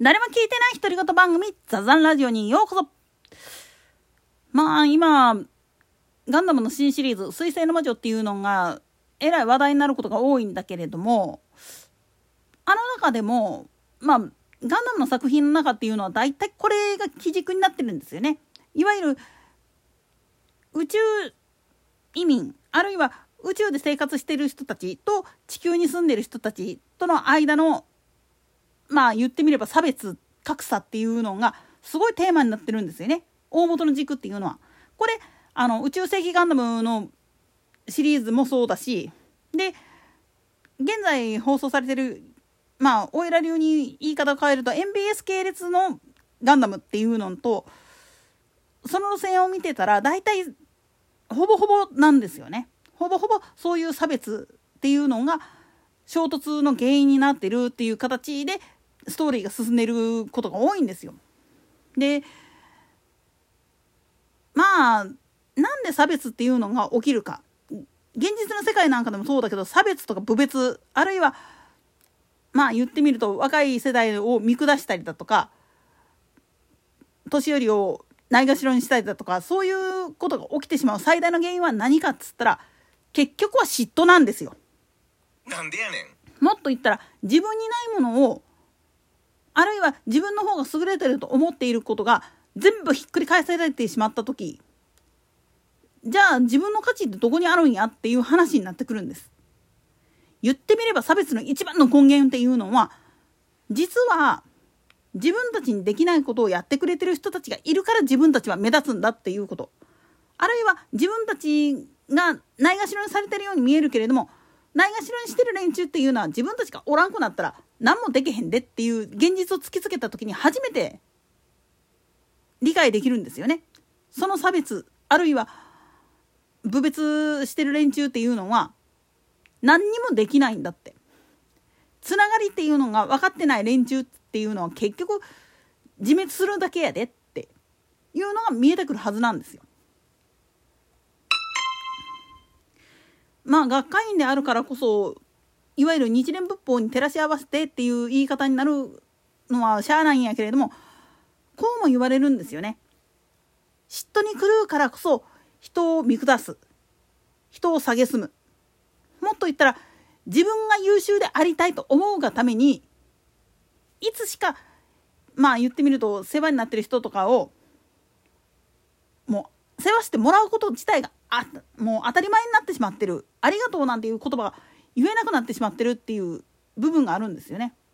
誰も聞いてない独り言番組ザザンラジオにようこそ。今ガンダムの新シリーズ水星の魔女っていうのがえらい話題になることが多いんだけれども、あの中でもガンダムの作品の中っていうのはだいたいこれが基軸になってるんですよね。いわゆる宇宙移民、あるいは宇宙で生活している人たちと地球に住んでいる人たちとの間の言ってみれば差別格差っていうのがすごいテーマになってるんですよね。大元の軸っていうのはこれ宇宙世紀ガンダムのシリーズもそうだし、で現在放送されてるおいら流に言い方を変えると MBS 系列のガンダムっていうのとその路線を見てたら大体ほぼほぼなんですよね。ほぼほぼそういう差別っていうのが衝突の原因になってるっていう形でストーリーが進んでることが多いんですよ。でなんで差別っていうのが起きるか、現実の世界なんかでもそうだけど、差別とか侮蔑、あるいは言ってみると若い世代を見下したりだとか年寄りをないがしろにしたりだとか、そういうことが起きてしまう最大の原因は何かっつったら結局は嫉妬なんですよ。 なんでやねん。もっと言ったら自分にないものを、あるいは自分の方が優れてると思っていることが全部ひっくり返されてしまった時、じゃあ自分の価値ってどこにあるんやっていう話になってくるんです。言ってみれば差別の一番の根源っていうのは、実は自分たちにできないことをやってくれてる人たちがいるから自分たちは目立つんだっていうこと、あるいは自分たちがないがしろにされてるように見えるけれども、ないがしろにしてる連中っていうのは自分たちがおらんくなったら何もできへんでっていう現実を突きつけた時に初めて理解できるんですよね。その差別あるいは侮蔑してる連中っていうのは何にもできないんだって、つながりっていうのが分かってない連中っていうのは結局自滅するだけやでっていうのが見えてくるはずなんですよ。学会員であるからこそいわゆる日蓮仏法に照らし合わせてっていう言い方になるのはしゃあないんやけれども、こうも言われるんですよね。嫉妬に狂うからこそ人を見下す、人を蔑む、もっと言ったら自分が優秀でありたいと思うがためにいつしか言ってみると世話になってる人とかをもう世話してもらうこと自体がもう当たり前になってしまってる、ありがとうなんていう言葉が言えなくなってしまってるっていう部分があるんですよね。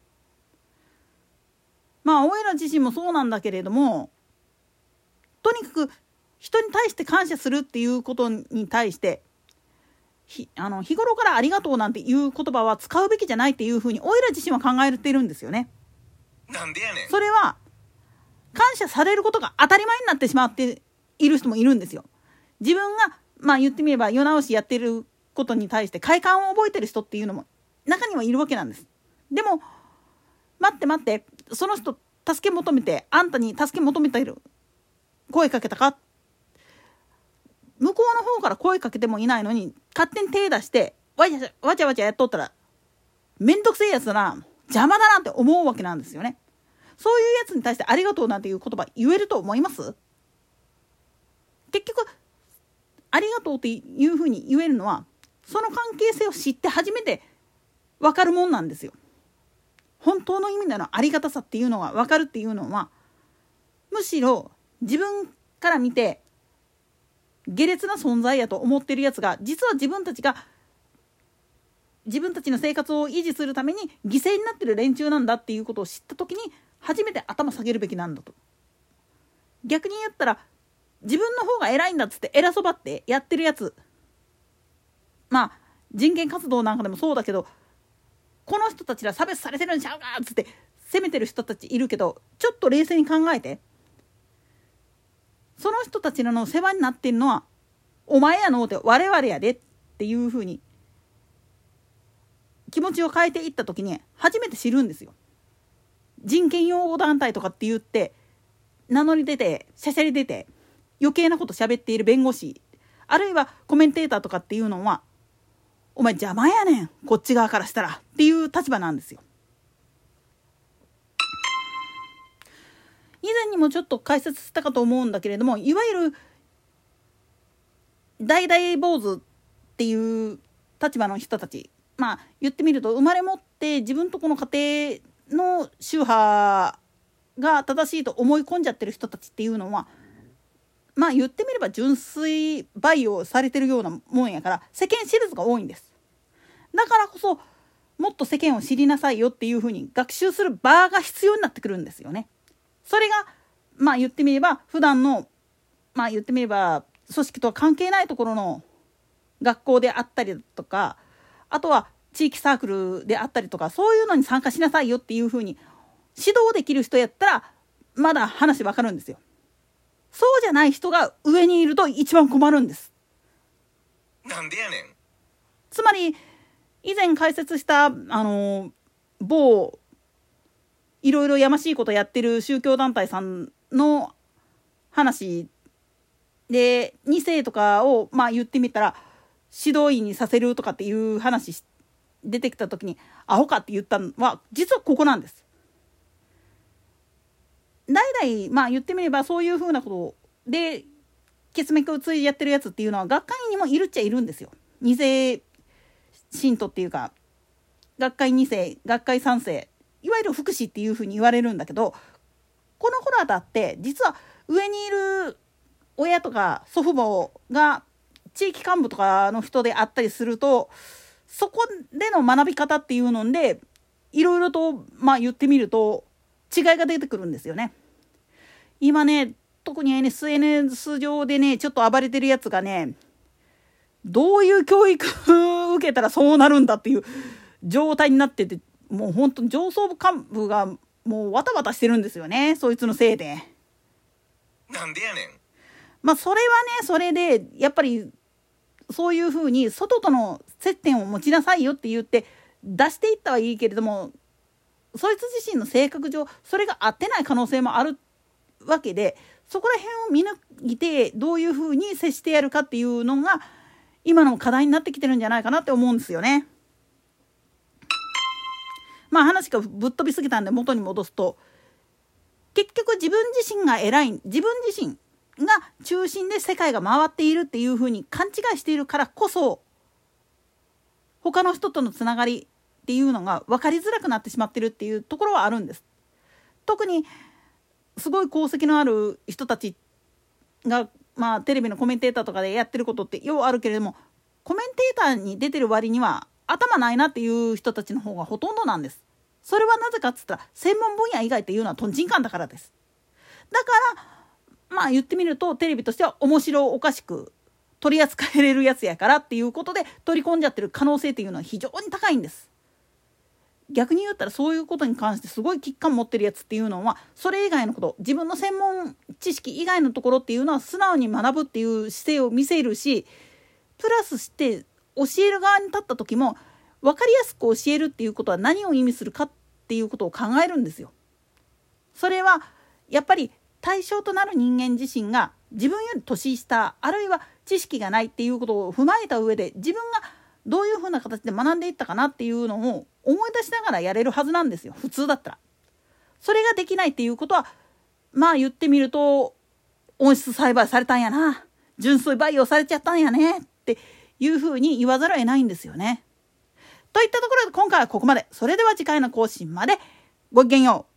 おいら自身もそうなんだけれども、とにかく人に対して感謝するっていうことに対して日頃からありがとうなんていう言葉は使うべきじゃないっていうふうにおいら自身は考えているんですよね。 なんでやねん。 それは感謝されることが当たり前になってしまっている人もいるんですよ。自分が言ってみれば世直しやってることに対して快感を覚えてる人っていうのも中にはいるわけなんです。でも待って、その人助け求めて、あんたに助け求めている、声かけたか、向こうの方から声かけてもいないのに勝手に手出してわちゃわちゃやっとったらめんどくせえやつだな、邪魔だなって思うわけなんですよね。そういうやつに対してありがとうなんていう言葉言えると思います？結局ありがとうっていうふうに言えるのはその関係性を知って初めて分かるもんなんですよ。本当の意味でのありがたさっていうのが分かるっていうのは、むしろ自分から見て下劣な存在やと思ってるやつが実は自分たちの生活を維持するために犠牲になってる連中なんだっていうことを知った時に初めて頭下げるべきなんだと。逆に言ったら自分の方が偉いんだっつって偉そばってやってるやつ、人権活動なんかでもそうだけど、この人たちら差別されてるんちゃうかっつって責めてる人たちいるけど、ちょっと冷静に考えて、その人たちらの世話になってるのはお前やのうて我々やでっていうふうに気持ちを変えていった時に初めて知るんですよ。人権擁護団体とかって言って名乗り出てしゃしゃり出て余計なこと喋っている弁護士、あるいはコメンテーターとかっていうのはお前邪魔やねんこっち側からしたらっていう立場なんですよ。 以前にもちょっと解説したかと思うんだけれども、いわゆる大々坊主っていう立場の人たち、言ってみると生まれ持って自分とこの家庭の宗派が正しいと思い込んじゃってる人たちっていうのは、言ってみれば純粋培養されてるようなもんやから世間知らずが多いんです。だからこそもっと世間を知りなさいよっていうふうに学習する場が必要になってくるんですよね。それが言ってみれば普段の言ってみれば組織とは関係ないところの学校であったりとか、あとは地域サークルであったりとか、そういうのに参加しなさいよっていうふうに指導できる人やったらまだ話わかるんですよ。そうじゃない人が上にいると一番困るんです。 なんでやねん。 つまり以前解説した某いろいろやましいことやってる宗教団体さんの話で2世とかを言ってみたら指導員にさせるとかっていう話出てきた時にアホかって言ったのは実はここなんです。代々言ってみればそういうふうなことで血脈をついやってるやつっていうのは学会にもいるっちゃいるんですよ。2世信徒っていうか学会2世学会3世、いわゆる福祉っていうふうに言われるんだけど、この頃あたって実は上にいる親とか祖父母が地域幹部とかの人であったりすると、そこでの学び方っていうのでいろいろと言ってみると違いが出てくるんですよね。今ね、特に SNS 上でねちょっと暴れてるやつがね、どういう教育受けたらそうなるんだっていう状態になってて、もう本当に上層部幹部がもうわたわたしてるんですよね、そいつのせいで。 なんでやねん。それはねそれでやっぱりそういうふうに外との接点を持ちなさいよって言って出していったはいいけれども、そいつ自身の性格上それが合ってない可能性もあるわけで、そこら辺を見抜いてどういうふうに接してやるかっていうのが今の課題になってきてるんじゃないかなって思うんですよね。話がぶっ飛びすぎたんで元に戻すと、結局自分自身が偉い、自分自身が中心で世界が回っているっていうふうに勘違いしているからこそ、他の人とのつながりっていうのが分かりづらくなってしまってるっていうところはあるんです。特にすごい功績のある人たちがテレビのコメンテーターとかでやってることってようあるけれども、コメンテーターに出てる割には頭ないなっていう人たちの方がほとんどなんです。それはなぜかっつったら専門分野以外っていうのはとんちんかんだからです。だから言ってみるとテレビとしては面白おかしく取り扱えれるやつやからっていうことで取り込んじゃってる可能性っていうのは非常に高いんです。逆に言ったらそういうことに関してすごい危機感持ってるやつっていうのは、それ以外のこと、自分の専門知識以外のところっていうのは素直に学ぶっていう姿勢を見せるし、プラスして教える側に立った時も分かりやすく教えるっていうことは何を意味するかっていうことを考えるんですよ。それはやっぱり対象となる人間自身が自分より年下、あるいは知識がないっていうことを踏まえた上で自分がどういうふうな形で学んでいったかなっていうのを思い出しながらやれるはずなんですよ、普通だったら。それができないっていうことは言ってみると温室栽培されたんやな、純粋培養されちゃったんやねっていうふうに言わざるを得ないんですよね。といったところで今回はここまで。それでは次回の更新までごきげんよう。